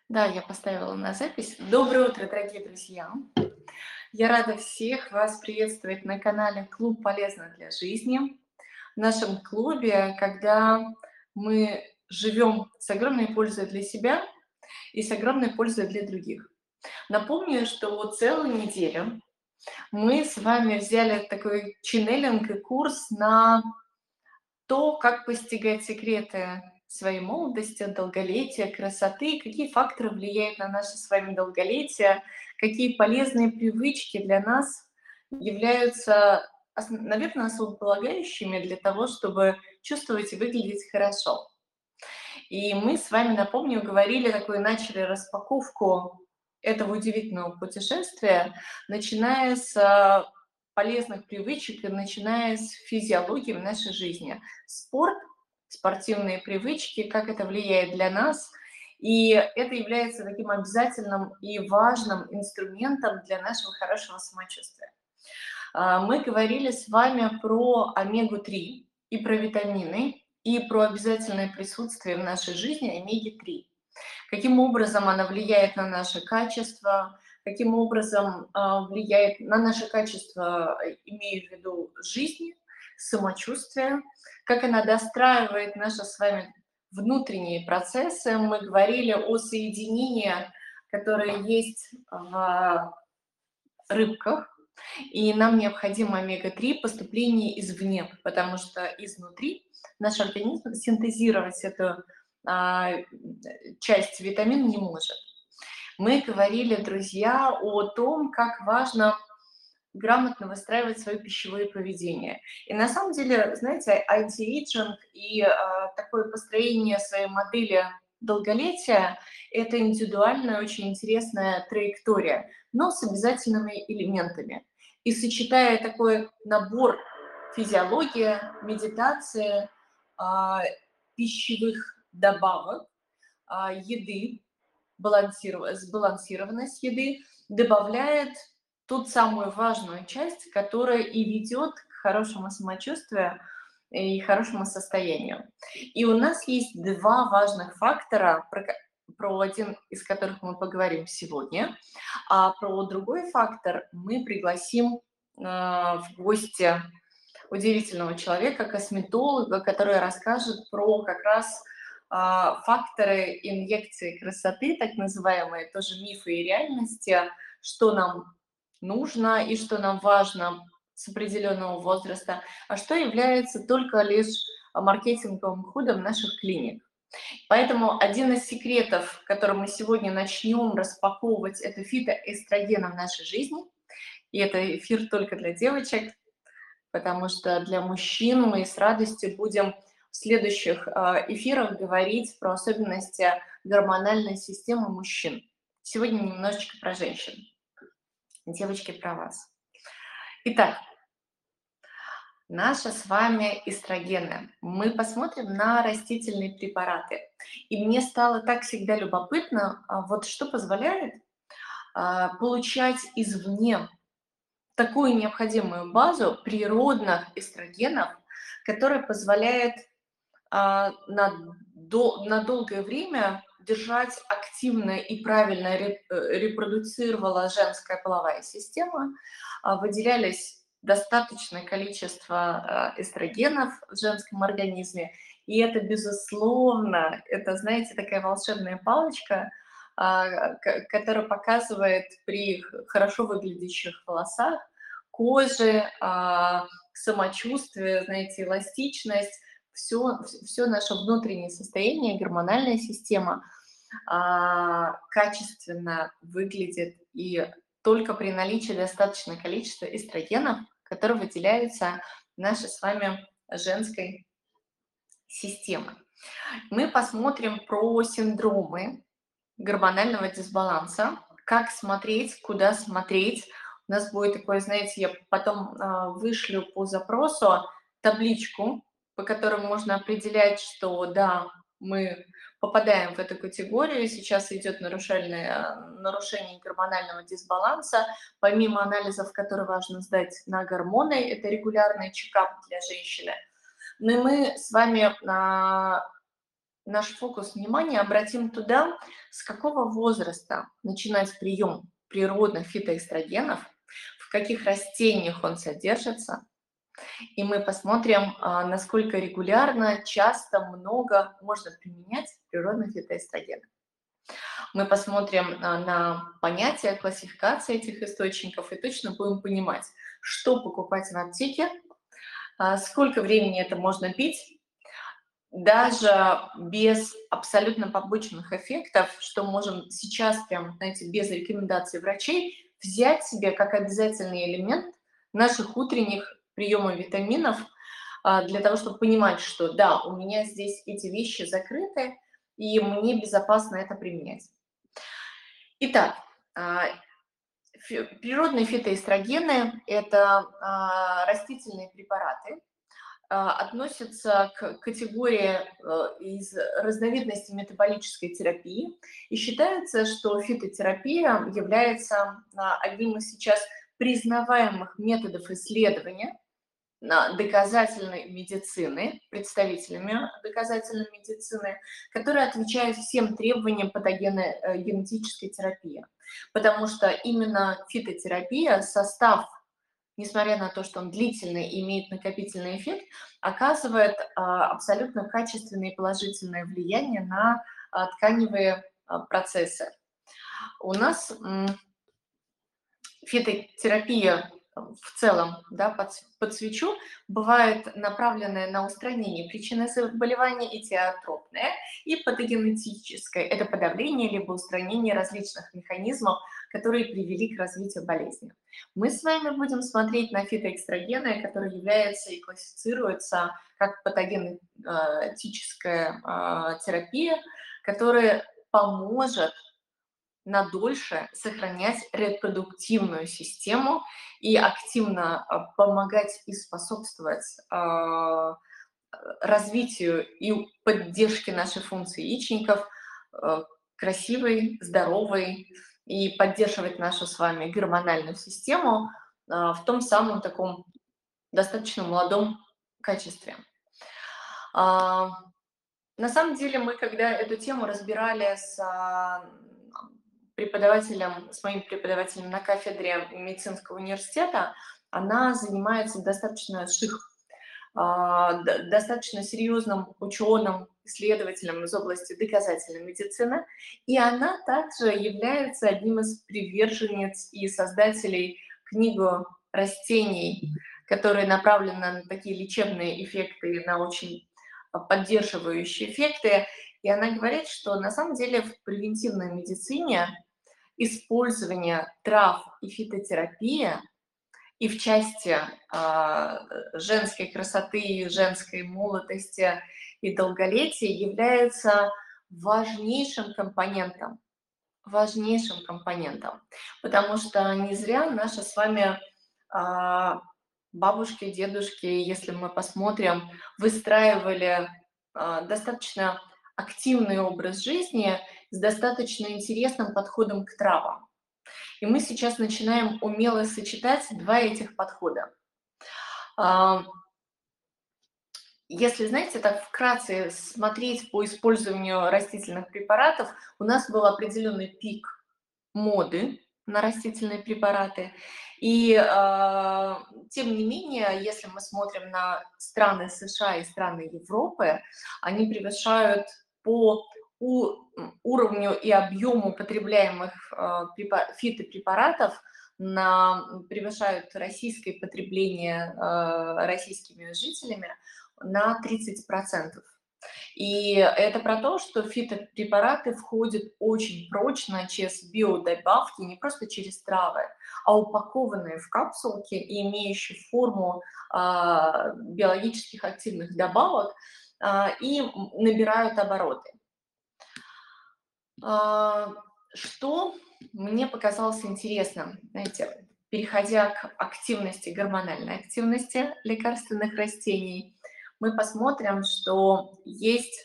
Да, я поставила на запись. Доброе утро, дорогие друзья! Я рада всех вас приветствовать на канале «Клуб полезно для жизни». В нашем клубе, когда мы живем с огромной пользой для себя и с огромной пользой для других. Напомню, что вот целую неделю мы с вами взяли такой ченнелинг и курс на то, как постигать секреты своей молодости, долголетия, красоты, какие факторы влияют на наше с вами долголетие, какие полезные привычки для нас являются, наверное, основополагающими для того, чтобы чувствовать и выглядеть хорошо. И мы с вами, напомню, говорили такую, начали распаковку этого удивительного путешествия, начиная с полезных привычек и начиная с физиологии в нашей жизни. Спорт, спортивные привычки, как это влияет для нас. И это является таким обязательным и важным инструментом для нашего хорошего самочувствия. Мы говорили с вами про омегу-3 и про витамины, и про обязательное присутствие в нашей жизни омеги-3. Каким образом она влияет на наше качество, каким образом влияет на наше качество, имею в виду жизни, самочувствия, как она достраивает наши с вами внутренние процессы. Мы говорили о соединении, которое есть в рыбках, и нам необходимо омега-3 поступление извне, потому что изнутри наш организм синтезировать эту а, часть витамин не может. Мы говорили, друзья, о том, как важно грамотно выстраивать свое пищевое поведение. И на самом деле, знаете, антиэйджинг и такое построение своей модели долголетия – это индивидуальная, очень интересная траектория, но с обязательными элементами. И сочетая такой набор физиологии, медитации, а, пищевых добавок, еды, сбалансированность еды добавляет ту самую важную часть, которая и ведет к хорошему самочувствию и хорошему состоянию. И у нас есть два важных фактора, про один из которых мы поговорим сегодня, а про другой фактор мы пригласим в гости удивительного человека, косметолога, который расскажет про как раз факторы инъекции красоты, так называемые, тоже мифы и реальности, что нам нужно и что нам важно с определенного возраста, а что является только лишь маркетинговым ходом наших клиник. Поэтому один из секретов, который мы сегодня начнем распаковывать, это фитоэстрогены в нашей жизни. И это эфир только для девочек, потому что для мужчин мы с радостью будем в следующих эфирах говорить про особенности гормональной системы мужчин. Сегодня немножечко про женщин. Девочки, про вас. Итак, наши с вами эстрогены. Мы посмотрим на растительные препараты. И мне стало так всегда любопытно, вот что позволяет получать извне такую необходимую базу природных эстрогенов, которая позволяет на долгое время держать активно и правильно репродуцировала женская половая система, выделялись достаточное количество эстрогенов в женском организме, и это, безусловно, это, знаете, такая волшебная палочка, которая показывает при хорошо выглядящих волосах, коже, самочувствие, знаете, эластичность, все наше внутреннее состояние, гормональная система качественно выглядит, и только при наличии достаточного количества эстрогенов, которые выделяются в нашей с вами женской системы. Мы посмотрим про синдромы гормонального дисбаланса, как смотреть, куда смотреть. У нас будет такое, знаете, я потом вышлю по запросу табличку, по которой можно определять, что да, мы попадаем в эту категорию. Сейчас идет нарушение гормонального дисбаланса. Помимо анализов, которые важно сдать на гормоны, это регулярный чекап для женщины. Но мы с вами наш фокус внимания обратим туда, с какого возраста начинать прием природных фитоэстрогенов, в каких растениях он содержится, и мы посмотрим, насколько регулярно, часто, много можно применять природных фитоэстрогенов. Мы посмотрим на понятие, классификации этих источников и точно будем понимать, что покупать в аптеке, сколько времени это можно пить, даже без абсолютно побочных эффектов, что можем сейчас, прям, знаете, без рекомендаций врачей, взять себе как обязательный элемент наших утренних приемов витаминов для того, чтобы понимать, что да, у меня здесь эти вещи закрыты, и мне безопасно это применять. Итак, природные фитоэстрогены – это растительные препараты, относятся к категории из разновидностей метаболической терапии. И считается, что фитотерапия является одним из сейчас признаваемых методов исследования доказательной медицины, представителями доказательной медицины, которые отвечают всем требованиям патогенной генетической терапии. Потому что именно фитотерапия, состав, несмотря на то, что он длительный и имеет накопительный эффект, оказывает абсолютно качественное и положительное влияние на тканевые процессы. У нас фитотерапия в целом, да, подсвечу, бывает направленная на устранение причины заболевания, и теотропная, и патогенетическая. Это подавление либо устранение различных механизмов, которые привели к развитию болезни. Мы с вами будем смотреть на фитоэкстрогены, которые являются и классифицируются как патогенетическая терапия, которая поможет надольше сохранять репродуктивную систему и активно помогать и способствовать развитию и поддержке нашей функции яичников, красивой, здоровой, и поддерживать нашу с вами гормональную систему в том самом таком достаточно молодом качестве. На самом деле мы, когда эту тему разбирали с моим преподавателем на кафедре медицинского университета, она занимается достаточно серьезным ученым, исследователем из области доказательной медицины, и она также является одним из приверженец и создателей книги растений, которые направлены на такие лечебные эффекты, на очень поддерживающие эффекты. И она говорит, что на самом деле в превентивной медицине использование трав и фитотерапия и в части женской красоты, женской молодости и долголетия является важнейшим компонентом, потому что не зря наши с вами бабушки, дедушки, если мы посмотрим, выстраивали достаточно активный образ жизни с достаточно интересным подходом к травам. И мы сейчас начинаем умело сочетать два этих подхода. Если, знаете, так вкратце смотреть по использованию растительных препаратов, у нас был определенный пик моды на растительные препараты. И тем не менее, если мы смотрим на страны США и страны Европы, они превышают по уровню и объему потребляемых фитопрепаратов, превышают российское потребление российскими жителями на 30%. И это про то, что фитопрепараты входят очень прочно через биодобавки, не просто через травы, а упакованные в капсулки и имеющие форму биологических активных добавок и набирают обороты. Что мне показалось интересным, знаете, переходя к активности, гормональной активности лекарственных растений, мы посмотрим, что есть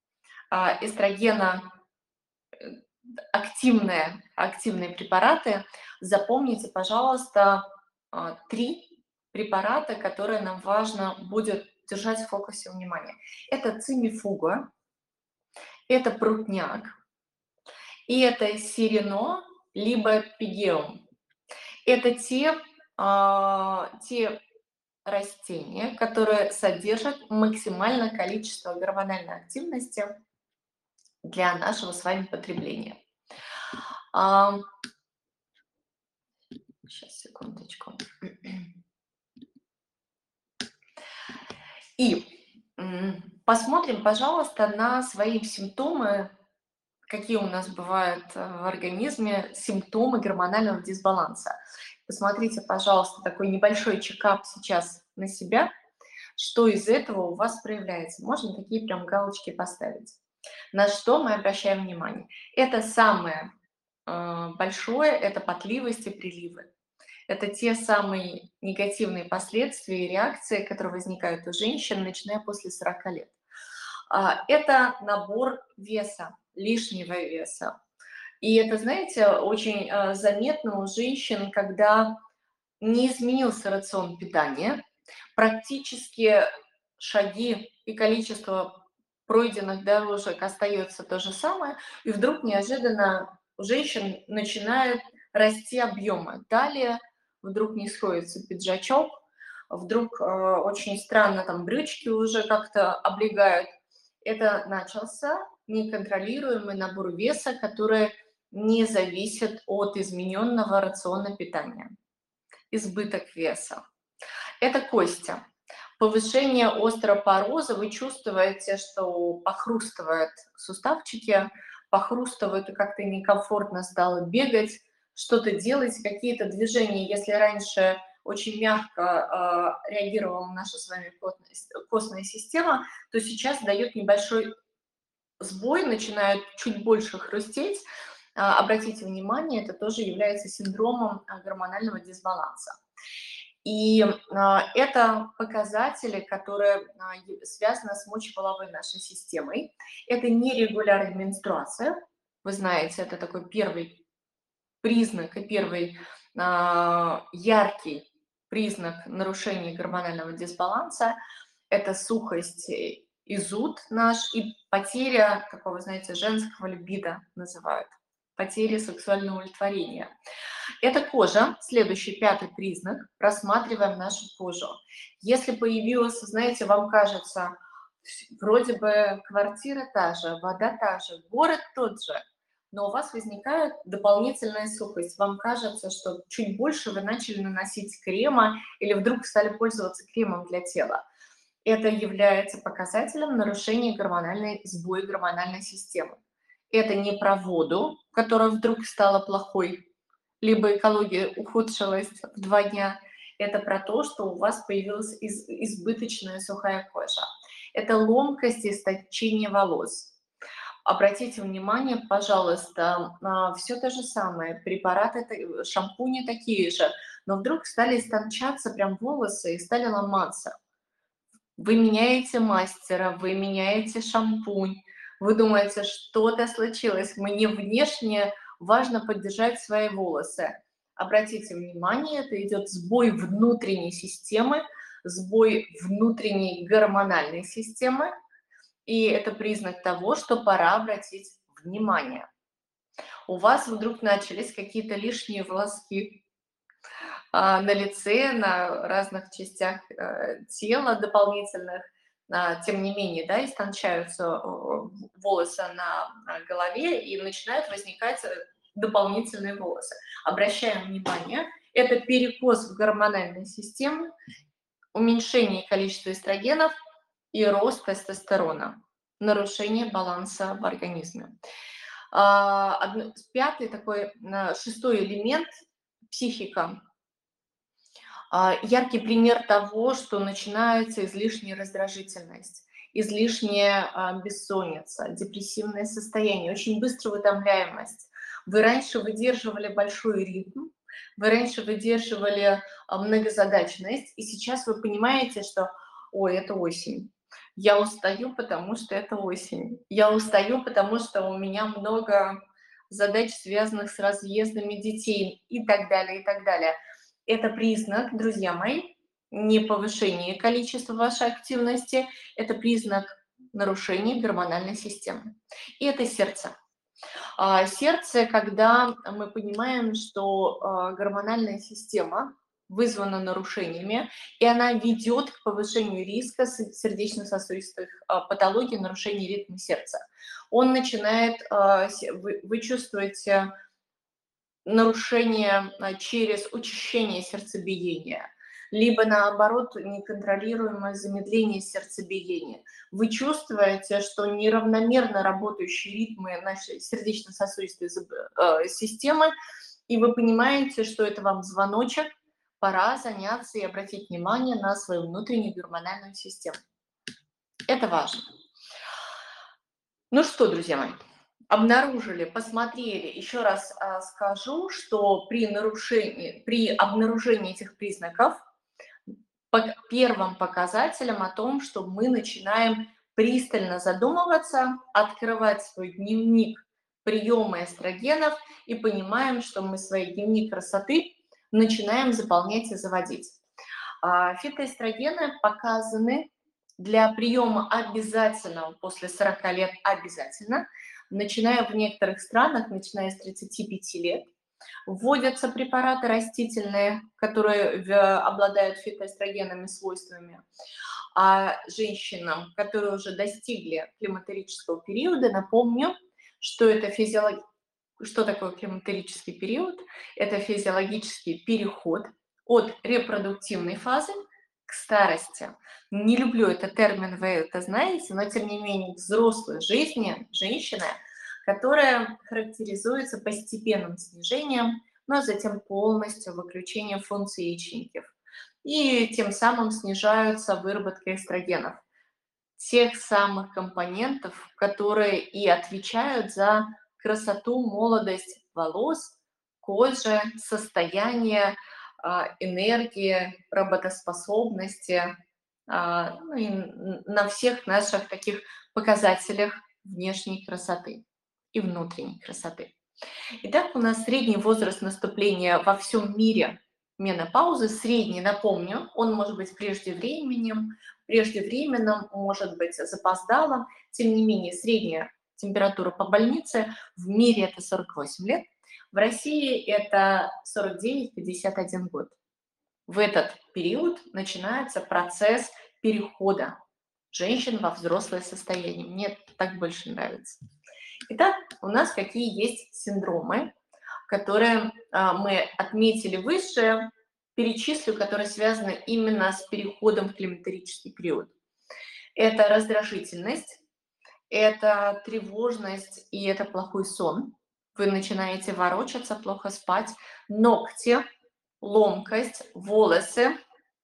активные препараты. Запомните, пожалуйста, 3 препарата, которые нам важно будет держать в фокусе внимания. Это цимифуга, это прутняк, и это сирено, либо пигеум. Это те растения, которые содержат максимальное количество гормональной активности для нашего с вами потребления. Сейчас, секундочку. И посмотрим, пожалуйста, на свои симптомы, какие у нас бывают в организме симптомы гормонального дисбаланса. Посмотрите, пожалуйста, такой небольшой чекап сейчас на себя, что из этого у вас проявляется. Можно такие прям галочки поставить. На что мы обращаем внимание? Это самое большое, это потливость и приливы. Это те самые негативные последствия и реакции, которые возникают у женщин, начиная после 40 лет. Это набор веса, лишнего веса. И это, знаете, очень заметно у женщин, когда не изменился рацион питания, практически шаги и количество пройденных дорожек остается то же самое, и вдруг неожиданно у женщин начинают расти объемы. Далее вдруг не сходится пиджачок, вдруг очень странно там брючки уже как-то облегают. Это начался неконтролируемый набор веса, который не зависит от измененного рациона питания. Избыток веса. Это кости. Повышение остеопороза, вы чувствуете, что похрустывают суставчики, похрустывают и как-то некомфортно стало бегать, что-то делать, какие-то движения. Если раньше очень мягко реагировала наша с вами костная система, то сейчас дает небольшой сбой, начинает чуть больше хрустеть. Обратите внимание, это тоже является синдромом гормонального дисбаланса. И это показатели, которые связаны с мочеполовой нашей системой. Это нерегулярная менструация. Вы знаете, это такой первый признак и первый яркий признак нарушения гормонального дисбаланса. Это сухость и зуд наш, и потеря такого, знаете, женского либидо называют. Потеря сексуального удовлетворения. Это кожа. Следующий, пятый признак. Рассматриваем нашу кожу. Если появилась, знаете, вам кажется, вроде бы квартира та же, вода та же, город тот же, но у вас возникает дополнительная сухость. Вам кажется, что чуть больше вы начали наносить крема или вдруг стали пользоваться кремом для тела. Это является показателем нарушения сбоя гормональной системы. Это не про воду, которая вдруг стала плохой, либо экология ухудшилась в 2 дня. Это про то, что у вас появилась избыточная сухая кожа. Это ломкость и истончение волос. Обратите внимание, пожалуйста, все то же самое. Препараты, шампуни такие же, но вдруг стали истончаться прям волосы и стали ломаться. Вы меняете мастера, вы меняете шампунь, вы думаете, что-то случилось. Мне внешне важно поддержать свои волосы. Обратите внимание, это идет сбой внутренней системы, сбой внутренней гормональной системы, и это признак того, что пора обратить внимание. У вас вдруг начались какие-то лишние волоски на лице, на разных частях тела дополнительных. Тем не менее, да, истончаются волосы на голове и начинают возникать дополнительные волосы. Обращаем внимание, это перекос в гормональной системе, уменьшение количества эстрогенов и рост тестостерона, нарушение баланса в организме. Пятый такой, шестой элемент – психика. Яркий пример того, что начинается излишняя раздражительность, излишняя бессонница, депрессивное состояние, очень быстрая утомляемость. Вы раньше выдерживали большой ритм, вы раньше выдерживали многозадачность, и сейчас вы понимаете, что «Ой, это осень». Я устаю, потому что это осень. Я устаю, потому что у меня много задач, связанных с разъездами детей и так далее, и так далее. Это признак, друзья мои, не повышения количества вашей активности, это признак нарушений гормональной системы. И это сердце. Сердце, когда мы понимаем, что гормональная система вызвана нарушениями, и она ведет к повышению риска сердечно-сосудистых патологий, нарушений ритма сердца. Он начинает, вы чувствуете нарушение через учащение сердцебиения, либо наоборот неконтролируемое замедление сердцебиения. Вы чувствуете, что неравномерно работающие ритмы нашей сердечно-сосудистой системы, и вы понимаете, что это вам звоночек, пора заняться и обратить внимание на свою внутреннюю гормональную систему. Это важно. Ну что, друзья мои, обнаружили, посмотрели. Еще раз скажу, что при обнаружении этих признаков первым показателем о том, что мы начинаем пристально задумываться, открывать свой дневник приема эстрогенов и понимаем, что мы свой дневник красоты начинаем заполнять и заводить. Фитоэстрогены показаны для приема обязательного после 40 лет обязательно, начиная в некоторых странах, начиная с 35 лет. Вводятся препараты растительные, которые обладают фитоэстрогенными свойствами. А женщинам, которые уже достигли климактерического периода, напомню, что это что такое климактерический период? Это физиологический переход от репродуктивной фазы к старости. Не люблю этот термин, вы это знаете, но тем не менее взрослой жизни женщины, которая характеризуется постепенным снижением, но затем полностью выключением функций яичников. И тем самым снижаются выработка эстрогенов, тех самых компонентов, которые и отвечают за красоту, молодость волос, кожи, состояние, энергии, работоспособности, ну и на всех наших таких показателях внешней красоты и внутренней красоты. Итак, у нас средний возраст наступления во всем мире менопаузы, средний, напомню, он может быть преждевременным, может быть запоздалым, тем не менее средняя температура по больнице в мире это 48 лет, в России это 49-51 год. В этот период начинается процесс перехода женщин во взрослое состояние. Мне так больше нравится. Итак, у нас какие есть синдромы, которые мы отметили выше, перечислю, которые связаны именно с переходом в климактерический период. Это раздражительность, это тревожность и это плохой сон. Вы начинаете ворочаться, плохо спать, ногти, ломкость, волосы.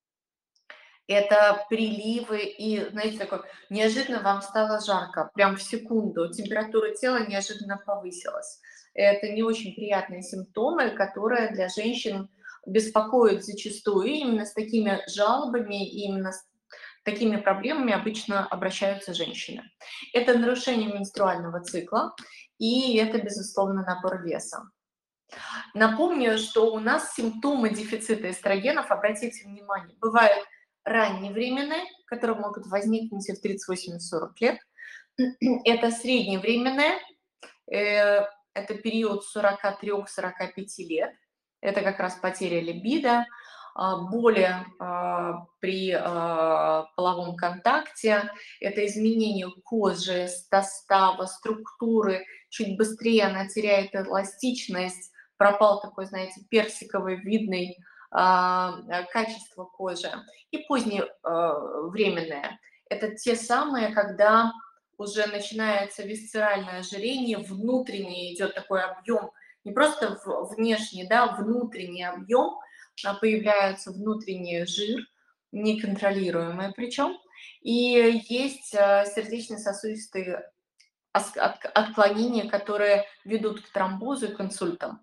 Это приливы и, знаете, такое, неожиданно вам стало жарко, прям в секунду, температура тела неожиданно повысилась. Это не очень приятные симптомы, которые для женщин беспокоят зачастую. И именно с такими жалобами, именно с такими проблемами обычно обращаются женщины. Это нарушение менструального цикла, и это, безусловно, набор веса. Напомню, что у нас симптомы дефицита эстрогенов, обратите внимание, бывают ранневременные, которые могут возникнуть в 38-40 лет. Это средневременные, это период 43-45 лет. Это как раз потеря либидо, боли при половом контакте, это изменение кожи, состава, структуры, чуть быстрее она теряет эластичность, пропал такой, знаете, персиковый видный качество кожи. И поздневременное. Это те самые, когда уже начинается висцеральное ожирение, внутренний идет такой объем, не просто внешний, да, внутренний объем, появляется внутренний жир, неконтролируемый причем, и есть сердечно-сосудистые отклонения, которые ведут к тромбозу и к инсультам.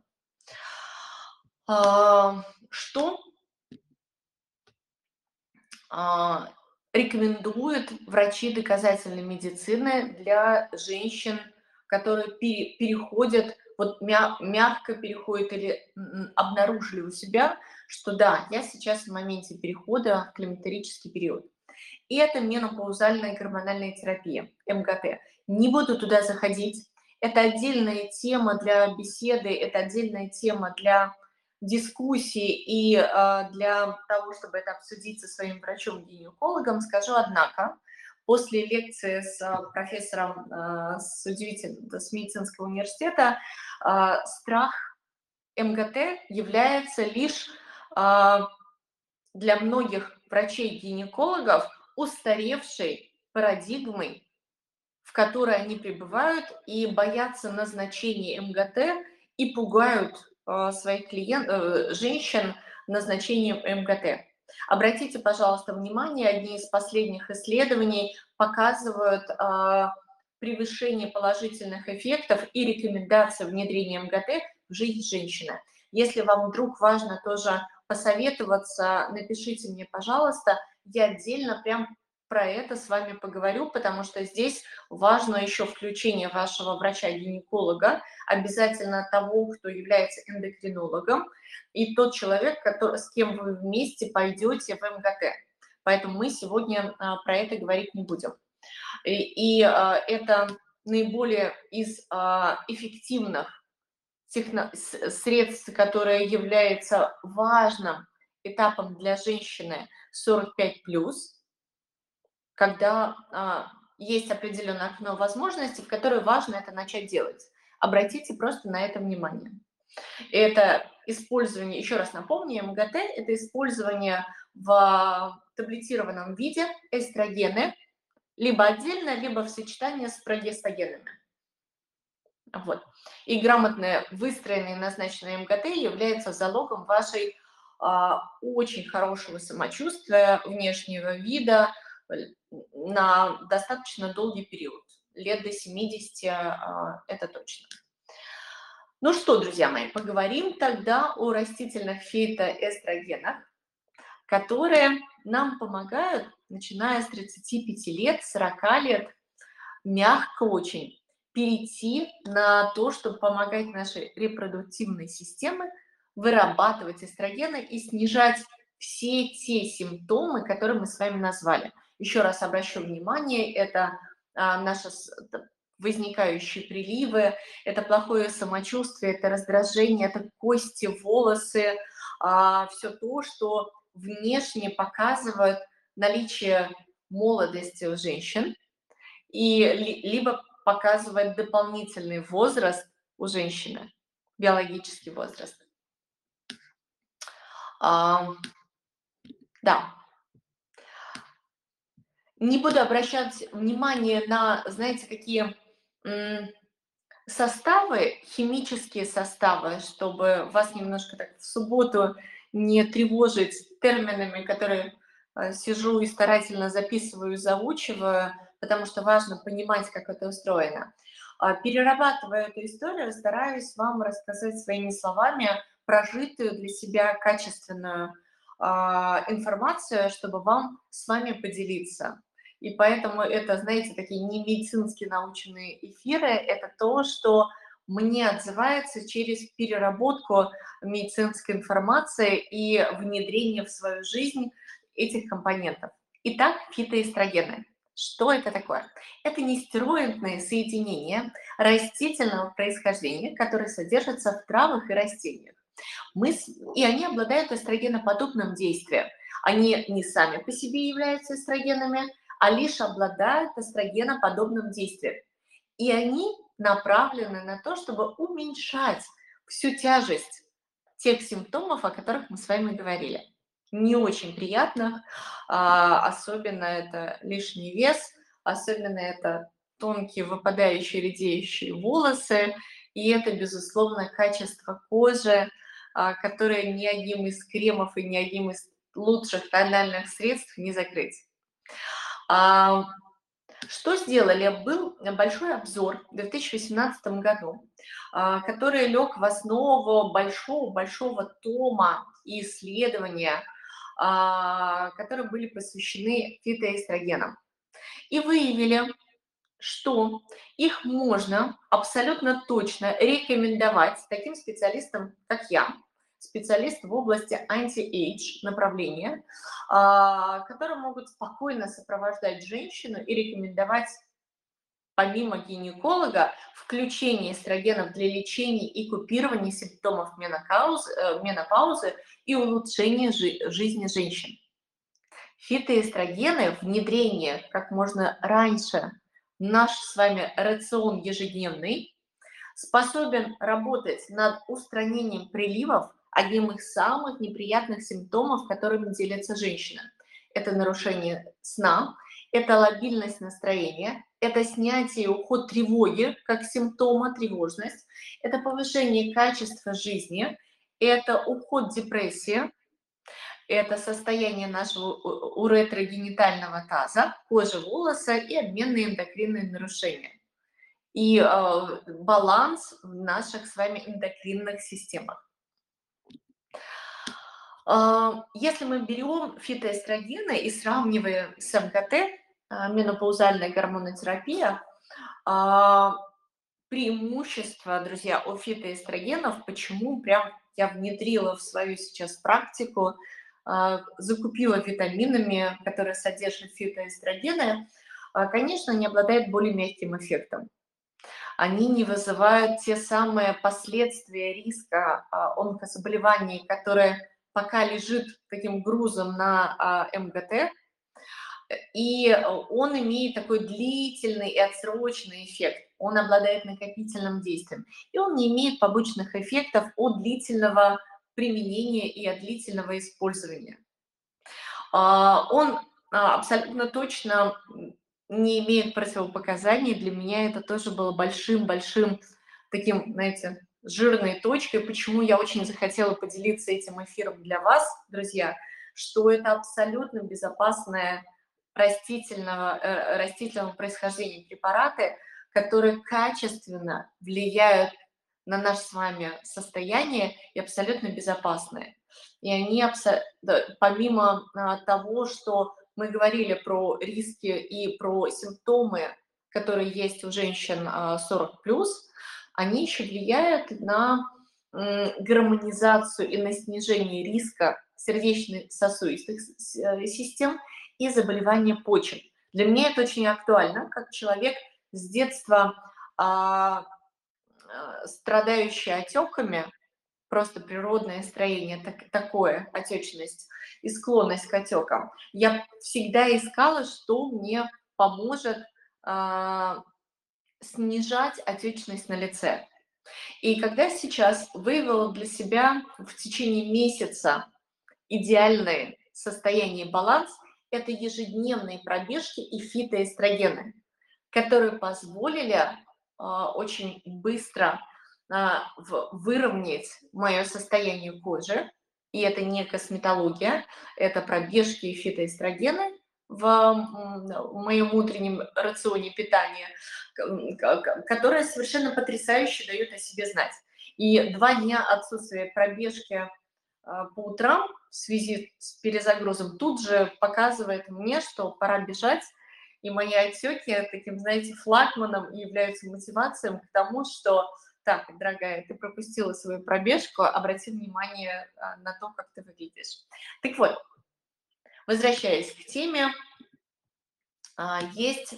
Что рекомендуют врачи доказательной медицины для женщин, которые переходят, вот мягко переходят или обнаружили у себя, что да, я сейчас в моменте перехода в климактерический период. И это менопаузальная гормональная терапия, МГТ. Не буду туда заходить. Это отдельная тема для беседы, это отдельная тема для дискуссии и для того, чтобы это обсудить со своим врачом-гинекологом. Скажу, однако, после лекции с профессором с медицинского университета, страх МГТ является лишь для многих врачей-гинекологов устаревшей парадигмой, в которой они пребывают и боятся назначения МГТ и пугают своих женщин назначением МГТ. Обратите, пожалуйста, внимание, одни из последних исследований показывают превышение положительных эффектов и рекомендации внедрения МГТ в жизнь женщины. Если вам вдруг важно тоже посоветоваться, напишите мне, пожалуйста, я отдельно прям про это с вами поговорю, потому что здесь важно еще включение вашего врача-гинеколога, обязательно того, кто является эндокринологом, и тот человек, с кем вы вместе пойдете в МГТ. Поэтому мы сегодня про это говорить не будем. Это наиболее из эффективных средств, которые являются важным этапом для женщины 45+, когда есть определенное окно возможностей, в которое важно это начать делать. Обратите просто на это внимание. Это использование, еще раз напомню, МГТ – это использование в таблетированном виде эстрогены, либо отдельно, либо в сочетании с прогестогенами. Вот. И грамотно выстроенный и назначенный МГТ является залогом вашей очень хорошего самочувствия, внешнего вида на достаточно долгий период. Лет до 70 это точно. Ну что, друзья мои, поговорим тогда о растительных фитоэстрогенах, которые нам помогают, начиная с 35 лет, 40 лет, мягко очень перейти на то, чтобы помогать нашей репродуктивной системе вырабатывать эстрогены и снижать все те симптомы, которые мы с вами назвали. Еще раз обращу внимание, это наши возникающие приливы, это плохое самочувствие, это раздражение, это кости, волосы, все то, что внешне показывает наличие молодости у женщин, и либо показывает дополнительный возраст у женщины, биологический возраст. Да. Не буду обращать внимание на, знаете, какие составы, химические составы, чтобы вас немножко так в субботу не тревожить терминами, которые сижу и старательно записываю, заучиваю, потому что важно понимать, как это устроено. Перерабатывая эту историю, стараюсь вам рассказать своими словами прожитую для себя качественную информацию, чтобы вам с вами поделиться. И поэтому это, знаете, такие не медицинские научные эфиры, это то, что мне отзывается через переработку медицинской информации и внедрение в свою жизнь этих компонентов. Итак, фитоэстрогены. Что это такое? Это нестероидные соединения растительного происхождения, которые содержатся в травах и растениях. И они обладают эстрогеноподобным действием. Они не сами по себе являются эстрогенами, а лишь обладают эстрогеноподобным действием. И они направлены на то, чтобы уменьшать всю тяжесть тех симптомов, о которых мы с вами говорили. Не очень приятных, особенно это лишний вес, особенно это тонкие выпадающие, редеющие волосы, и это, безусловно, качество кожи, которое ни одним из кремов и ни одним из лучших тональных средств не закрыть. Что сделали? Был большой обзор в 2018 году, который лег в основу большого тома и исследования, которые были посвящены фитоэстрогенам. И выявили, что их можно абсолютно точно рекомендовать таким специалистам, как я, специалисты в области анти-эйдж направления, которые могут спокойно сопровождать женщину и рекомендовать помимо гинеколога включение эстрогенов для лечения и купирования симптомов менопаузы и улучшения жизни женщин. Фитоэстрогены, внедрение как можно раньше в наш с вами рацион ежедневный, способен работать над устранением приливов, одним из самых неприятных симптомов, которыми делится женщина. Это нарушение сна, это лабильность настроения, это снятие и уход тревоги как симптома, тревожность, это повышение качества жизни, это уход депрессии, это состояние нашего уретрогенитального таза, кожи, волоса и обменные эндокринные нарушения. И баланс в наших с вами эндокринных системах. Если мы берем фитоэстрогены и сравниваем с МКТ, менопаузальная гормонотерапия, преимущество, друзья, у фитоэстрогенов, почему прям я внедрила в свою сейчас практику, закупила витаминами, которые содержат фитоэстрогены, конечно, они обладают более мягким эффектом. Они не вызывают те самые последствия риска онкозаболеваний, которые пока лежит таким грузом на МГТ, и он имеет такой длительный и отсроченный эффект. Он обладает накопительным действием, и он не имеет побочных эффектов от длительного применения и от длительного использования. Он абсолютно точно не имеет противопоказаний. Для меня это тоже было большим-большим таким, знаете, жирной точкой, почему я очень захотела поделиться этим эфиром для вас, друзья, что это абсолютно безопасное растительного происхождения препараты, которые качественно влияют на наше с вами состояние и абсолютно безопасные. И они помимо того, что мы говорили про риски и про симптомы, которые есть у женщин 40+, они еще влияют на гармонизацию и на снижение риска сердечно-сосудистых систем и заболевания почек. Для меня это очень актуально, как человек с детства страдающий отеками, просто природное строение такое, отечность и склонность к отекам. Я всегда искала, что мне поможет снижать отечность на лице. И когда сейчас выявила для себя в течение месяца идеальное состояние баланс, это ежедневные пробежки и фитоэстрогены, которые позволили очень быстро выровнять мое состояние кожи. И это не косметология, это пробежки и фитоэстрогены в моем утреннем рационе питания, которые совершенно потрясающе дают о себе знать. И 2 дня отсутствия пробежки по утрам в связи с перезагрузом тут же показывает мне, что пора бежать. И мои отеки таким, знаете, флагманом являются мотивацией к тому, что так, дорогая, ты пропустила свою пробежку, обрати внимание на то, как ты выглядишь. Так вот, возвращаясь к теме, есть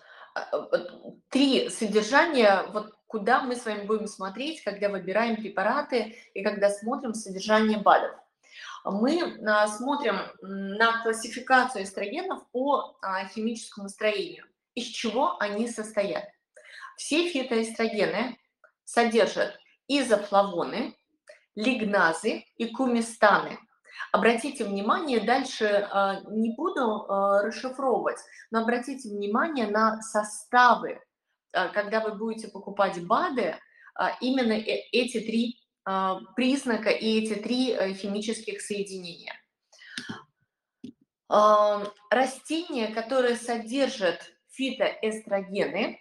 3 содержания, вот куда мы с вами будем смотреть, когда выбираем препараты и когда смотрим содержание БАДов. Мы смотрим на классификацию эстрогенов по химическому строению, из чего они состоят. Все фитоэстрогены содержат изофлавоны, лигназы и кумистаны. Обратите внимание, дальше не буду расшифровывать, но обратите внимание на составы, когда вы будете покупать БАДы, именно эти 3 признака и эти 3 химических соединения. Растения, которые содержат фитоэстрогены,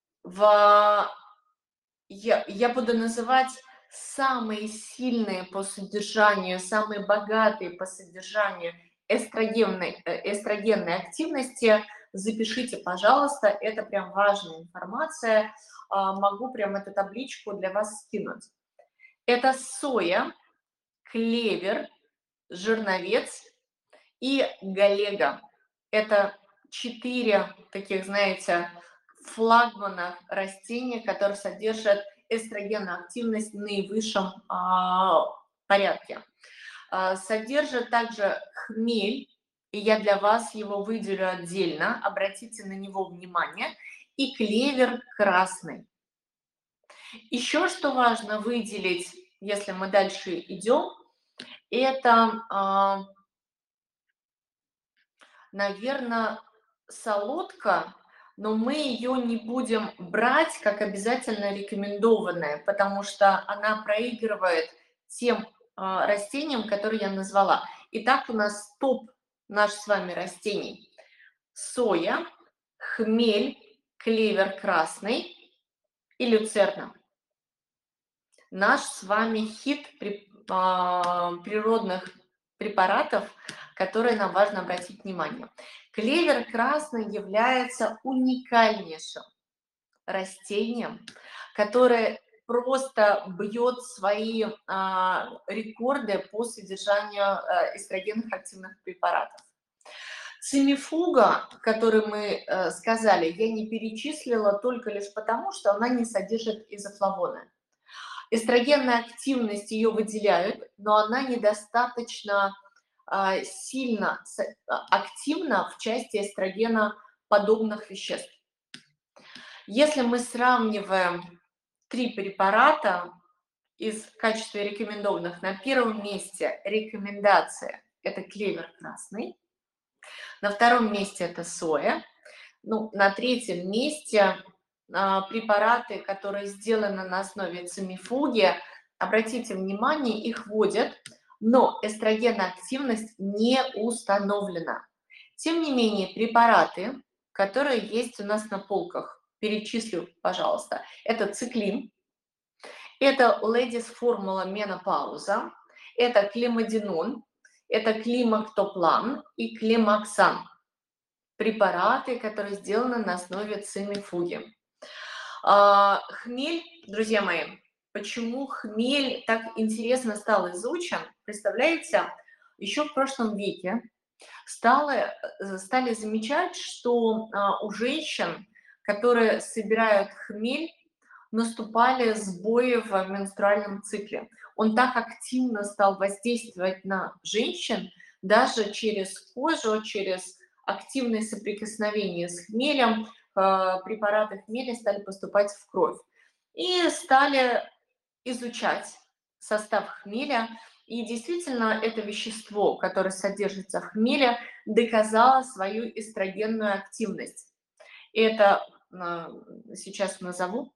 я буду называть самые сильные по содержанию, самые богатые по содержанию эстрогенной активности. Запишите, пожалуйста, это прям важная информация. Могу прям эту табличку для вас скинуть. Это соя, клевер, жирновец и галега. Это 4 таких, знаете, флагмана растения, которые содержат эстрогенную активность в наивысшем порядке. Содержит также хмель, и я для вас его выделю отдельно, обратите на него внимание, и клевер красный. Еще что важно выделить, если мы дальше идем, это, наверное, солодка, но мы ее не будем брать как обязательно рекомендованное, потому что она проигрывает тем растениям, которые я назвала. Итак, у нас топ наш с вами растений: соя, хмель, клевер красный и люцерна. Наш с вами хит природных препаратов, которые нам важно обратить внимание. Клевер красный является уникальнейшим растением, которое просто бьет свои рекорды по содержанию эстрогенных активных препаратов. Цимифуга, который мы сказали, я не перечислила только лишь потому, что она не содержит изофлавоны. Эстрогенная активность ее выделяют, но она недостаточно сильно активна в части эстрогеноподобных веществ. Если мы сравниваем 3 препарата из качестве рекомендованных, на первом месте рекомендация – это клевер красный, на втором месте это соя, на третьем месте препараты, которые сделаны на основе цимифуги, обратите внимание, их вводят, но эстрогенная активность не установлена. Тем не менее, препараты, которые есть у нас на полках, перечислю, пожалуйста, это циклин, это Ladies Формула Менопауза, это климадинон, это климактоплан и климаксан. Препараты, которые сделаны на основе цимифуги. Хмель, друзья мои, почему хмель так интересно стал изучен? Представляете, еще в прошлом веке стали замечать, что у женщин, которые собирают хмель, наступали сбои в менструальном цикле. Он так активно стал воздействовать на женщин, даже через кожу, через активное соприкосновение с хмелем, препараты хмеля стали поступать в кровь. И стали изучать состав хмеля. И действительно, это вещество, которое содержится в хмеле, доказало свою эстрогенную активность. Это сейчас назову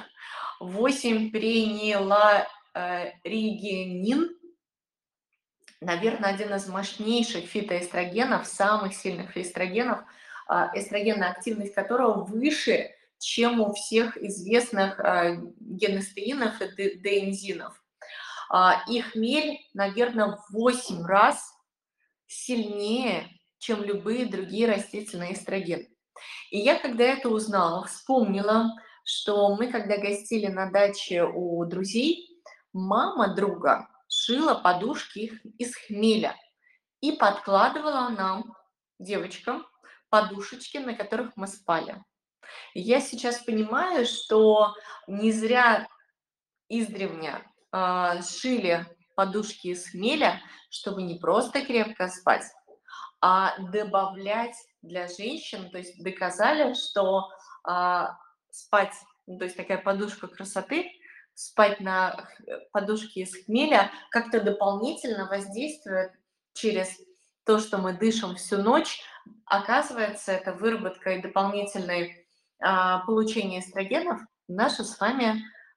8-фениларигинин, наверное, один из мощнейших фитоэстрогенов, самых сильных эстрогенов, эстрогенная активность которого выше, чем у всех известных генестеинов и деэнзинов. И хмель, наверное, в 8 раз сильнее, чем любые другие растительные эстрогены. И я, когда это узнала, вспомнила, что мы, когда гостили на даче у друзей, мама друга шила подушки из хмеля и подкладывала нам, девочкам, подушечки, на которых мы спали. И я сейчас понимаю, что не зря издревле шили подушки из хмеля, чтобы не просто крепко спать, а добавлять для женщин, то есть доказали, что спать, то есть такая подушка красоты, спать на подушке из хмеля как-то дополнительно воздействует через то, что мы дышим всю ночь. Оказывается, это выработка и дополнительное получение эстрогенов в наш с вами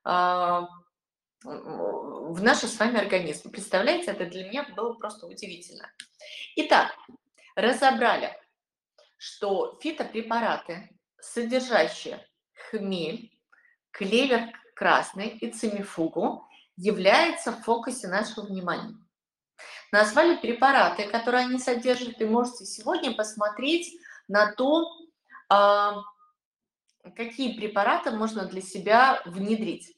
организм. Представляете, это для меня было просто удивительно. Итак, разобрали, что фитопрепараты, содержащие хмель, клевер красный и цимифугу, являются в фокусе нашего внимания. Назвали препараты, которые они содержат, и можете сегодня посмотреть на то, какие препараты можно для себя внедрить.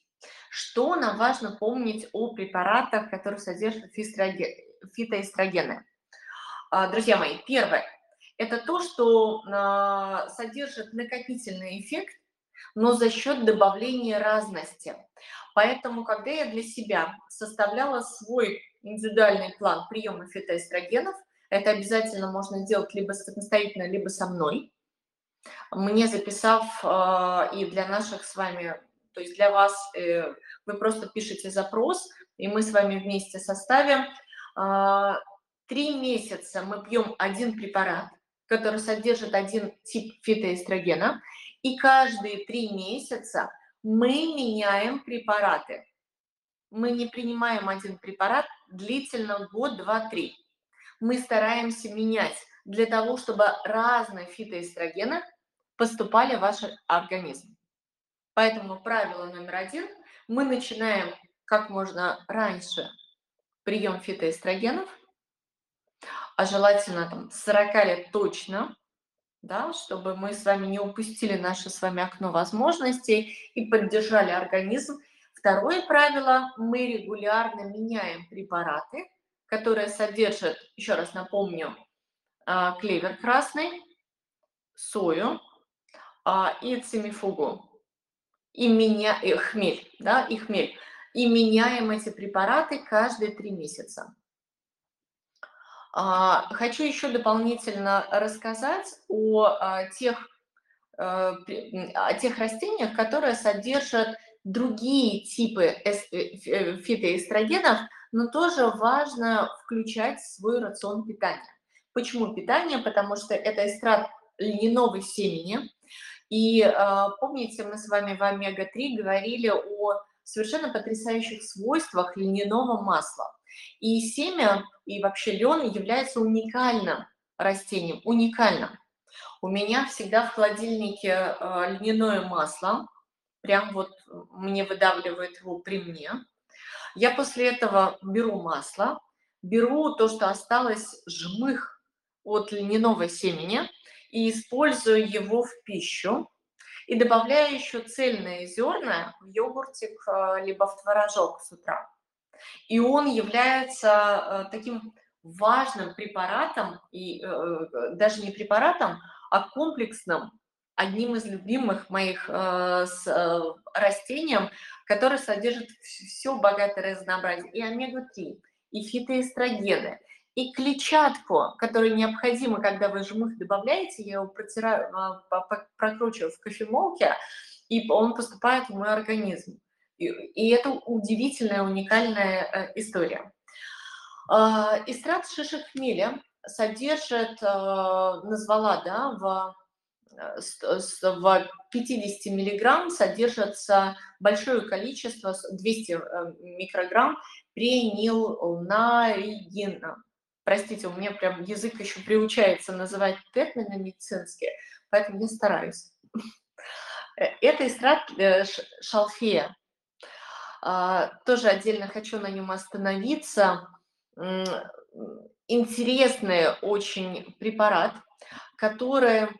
Что нам важно помнить о препаратах, которые содержат фитоэстрогены? Друзья мои, первое – это то, что содержит накопительный эффект, но за счет добавления разности. Поэтому, когда я для себя составляла свой индивидуальный план приема фитоэстрогенов, это обязательно можно сделать либо самостоятельно, либо со мной, мне записав, и для наших с вами, то есть для вас, вы просто пишете запрос, и мы с вами вместе составим. 3 месяца мы пьем один препарат, который содержит один тип фитоэстрогена, и каждые 3 месяца мы меняем препараты. Мы не принимаем один препарат длительно год, два, три. Мы стараемся менять для того, чтобы разные фитоэстрогены поступали в ваш организм. Поэтому правило номер один – мы начинаем как можно раньше прием фитоэстрогенов, а желательно там, с 40 лет точно, да, чтобы мы с вами не упустили наше с вами окно возможностей и поддержали организм. Второе правило – мы регулярно меняем препараты, которые содержат, еще раз напомню, клевер красный, сою и цимифугу, и хмель, да, и хмель. И меняем эти препараты каждые 3 месяца. Хочу еще дополнительно рассказать о тех растениях, которые содержат другие типы фитоэстрогенов, но тоже важно включать в свой рацион питания. Почему питание? Потому что это экстракт льняного семени. И помните, мы с вами в омега-3 говорили о совершенно потрясающих свойствах льняного масла. И семя, и вообще лен является уникальным растением, уникальным. У меня всегда в холодильнике льняное масло, прям вот мне выдавливают его при мне. Я после этого беру масло, беру то, что осталось жмых от льняного семени, и использую его в пищу. И добавляю еще цельные зерна в йогуртик либо в творожок с утра. И он является таким важным препаратом, и даже не препаратом, а комплексным, одним из любимых моих растением, который содержит все богатое разнообразие, и омега-3, и фитоэстрогены, и клетчатку, которую необходимо, когда вы жмых добавляете, я его протираю, прокручиваю в кофемолке, и он поступает в мой организм. И это удивительная, уникальная история. Экстракт шишек хмеля содержит, назвала, да, в 50 миллиграмм содержится большое количество, 200 микрограмм пренилнаригина. Простите, у меня прям язык еще приучается называть термины медицинские, поэтому я стараюсь. Это экстракт шалфея. Тоже отдельно хочу на нем остановиться. Интересный очень препарат, который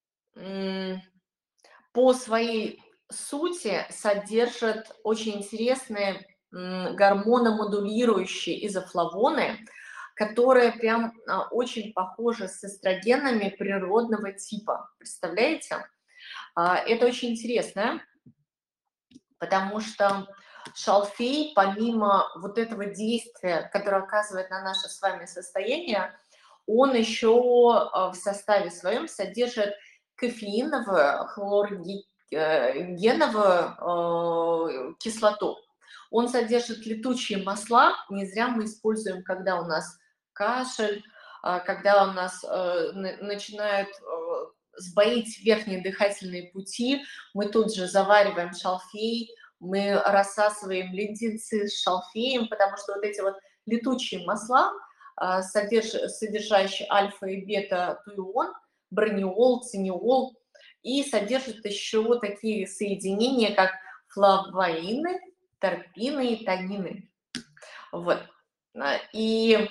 по своей сути содержит очень интересные гормономодулирующие изофлавоны, которые прям очень похожи с эстрогенами природного типа. Представляете? Это очень интересно, потому что шалфей, помимо вот этого действия, которое оказывает на наше с вами состояние, он еще в составе своем содержит кофеиновую, хлоргеновую кислоту. Он содержит летучие масла, не зря мы используем, когда у нас кашель, когда у нас начинают сбоить верхние дыхательные пути, мы тут же завариваем шалфей, мы рассасываем леденцы с шалфеем, потому что вот эти вот летучие масла, содержащие альфа и бета-туион, брониол, циниол, и содержат еще такие соединения, как флавоины, терпины и танины. Вот. И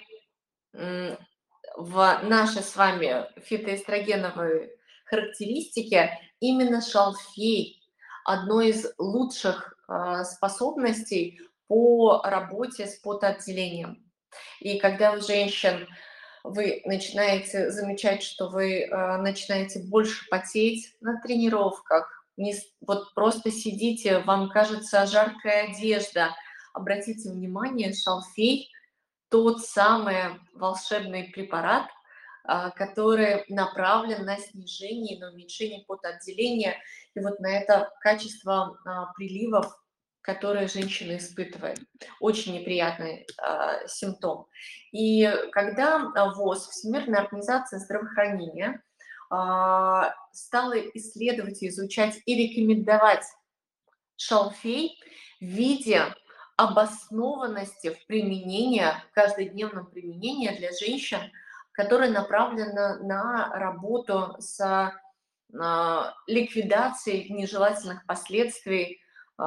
в нашей с вами фитоэстрогеновой характеристике именно шалфей одной из лучших способностей по работе с потоотделением. И когда у женщин вы начинаете замечать, что вы начинаете больше потеть на тренировках, вот просто сидите, вам кажется жаркая одежда, обратите внимание, шалфей – тот самый волшебный препарат, который направлен на снижение, на уменьшение потоотделения и вот на это качество приливов, которые женщина испытывает. Очень неприятный симптом. И когда ВОЗ, Всемирная организация здравоохранения, стала исследовать, изучать и рекомендовать шалфей в виде обоснованности в применении, в каждодневном применении для женщин, которая направлена на работу с ликвидацией нежелательных последствий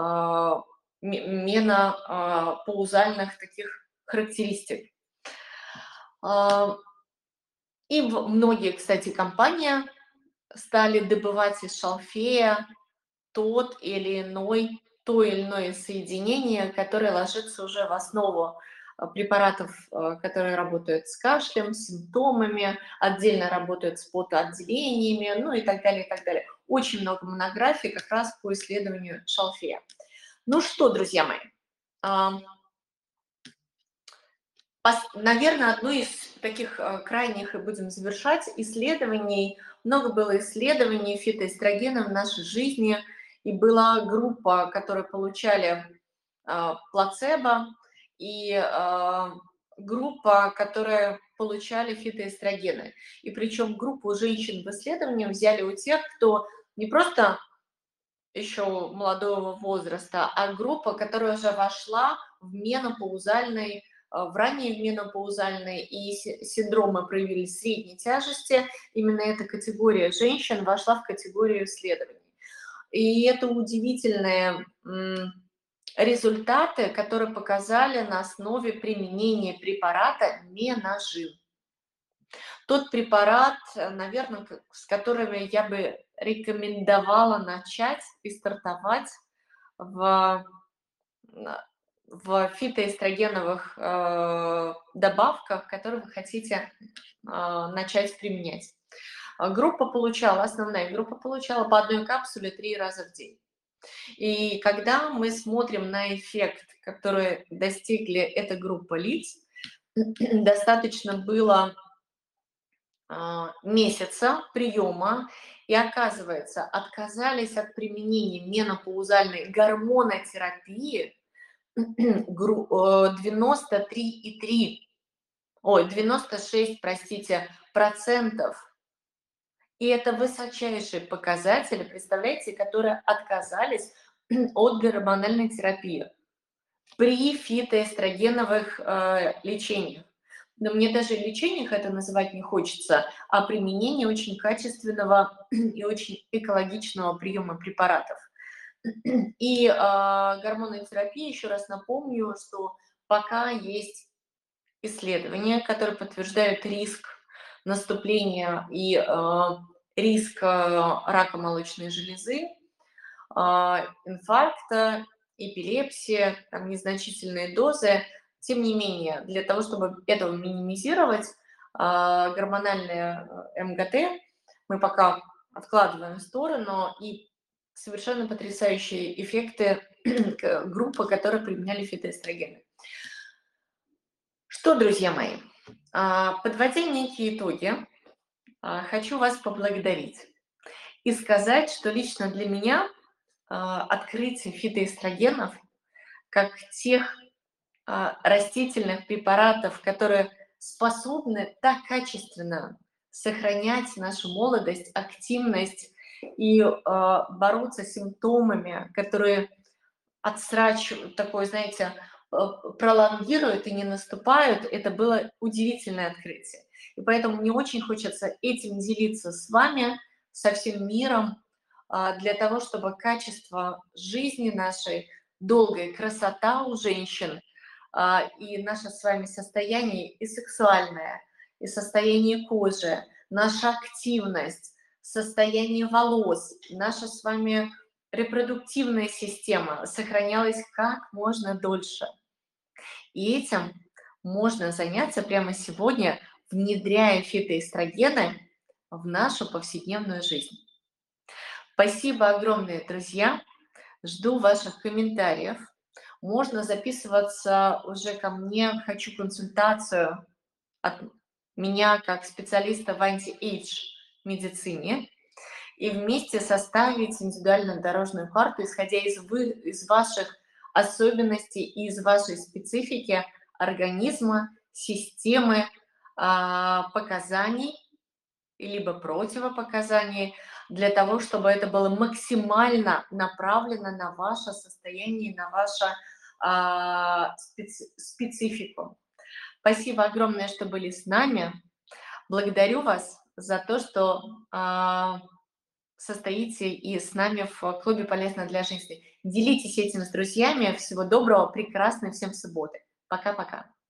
менопаузальных таких характеристик. И многие, кстати, компании стали добывать из шалфея то или иное соединение, которое ложится уже в основу препаратов, которые работают с кашлем, с симптомами, отдельно работают с потоотделениями, ну и так далее, и так далее. Очень много монографий как раз по исследованию шалфея. Ну что, друзья мои, наверное, одно из таких крайних, и будем завершать, исследований. Много было исследований фитоэстрогена в нашей жизни, и была группа, которые получали плацебо, и группа, которые получали фитоэстрогены. И причем группу женщин в исследовании взяли у тех, кто не просто еще молодого возраста, а группа, которая уже вошла в менопаузальный, в ранней менопаузальной, и синдромы проявились средней тяжести. Именно эта категория женщин вошла в категорию исследований. И это удивительные результаты, которые показали на основе применения препарата Менажин. Тот препарат, наверное, с которыми я бы рекомендовала начать и стартовать в фитоэстрогеновых добавках, которые вы хотите начать применять. Основная группа получала по одной капсуле 3 раза в день. И когда мы смотрим на эффект, который достигли эта группа лиц, достаточно было месяца приема, и оказывается, отказались от применения менопаузальной гормонотерапии 96, процентов. И это высочайшие показатели, представляете, которые отказались от гормональной терапии при фитоэстрогеновых лечениях. Но мне даже лечениях это называть не хочется, а применение очень качественного и очень экологичного приема препаратов. И гормонотерапия, еще раз напомню, что пока есть исследования, которые подтверждают риск наступления и риск рака молочной железы, инфаркта, эпилепсии, там, незначительные дозы. Тем не менее, для того, чтобы этого минимизировать, гормональное МГТ мы пока откладываем в сторону, и совершенно потрясающие эффекты группы, которые применяли фитоэстрогены. Что, друзья мои, подводя некие итоги, хочу вас поблагодарить и сказать, что лично для меня открытие фитоэстрогенов как тех растительных препаратов, которые способны так качественно сохранять нашу молодость, активность и бороться с симптомами, которые отсрачивают, такое, знаете, пролонгируют и не наступают, это было удивительное открытие. И поэтому мне очень хочется этим делиться с вами, со всем миром, для того, чтобы качество жизни нашей, долгая красота у женщин и наше с вами состояние и сексуальное, и состояние кожи, наша активность, состояние волос, наша с вами репродуктивная система сохранялась как можно дольше. И этим можно заняться прямо сегодня, внедряя фитоэстрогены в нашу повседневную жизнь. Спасибо огромное, друзья. Жду ваших комментариев. Можно записываться уже ко мне. Хочу консультацию от меня как специалиста в анти-эйдж медицине и вместе составить индивидуальную дорожную карту, исходя из ваших особенностей и из вашей специфики организма, системы, показаний, либо противопоказаний, для того, чтобы это было максимально направлено на ваше состояние, на вашу специфику. Спасибо огромное, что были с нами. Благодарю вас за то, что состоите и с нами в клубе «Полезно для жизни». Делитесь этим с друзьями. Всего доброго, прекрасной всем субботы. Пока-пока.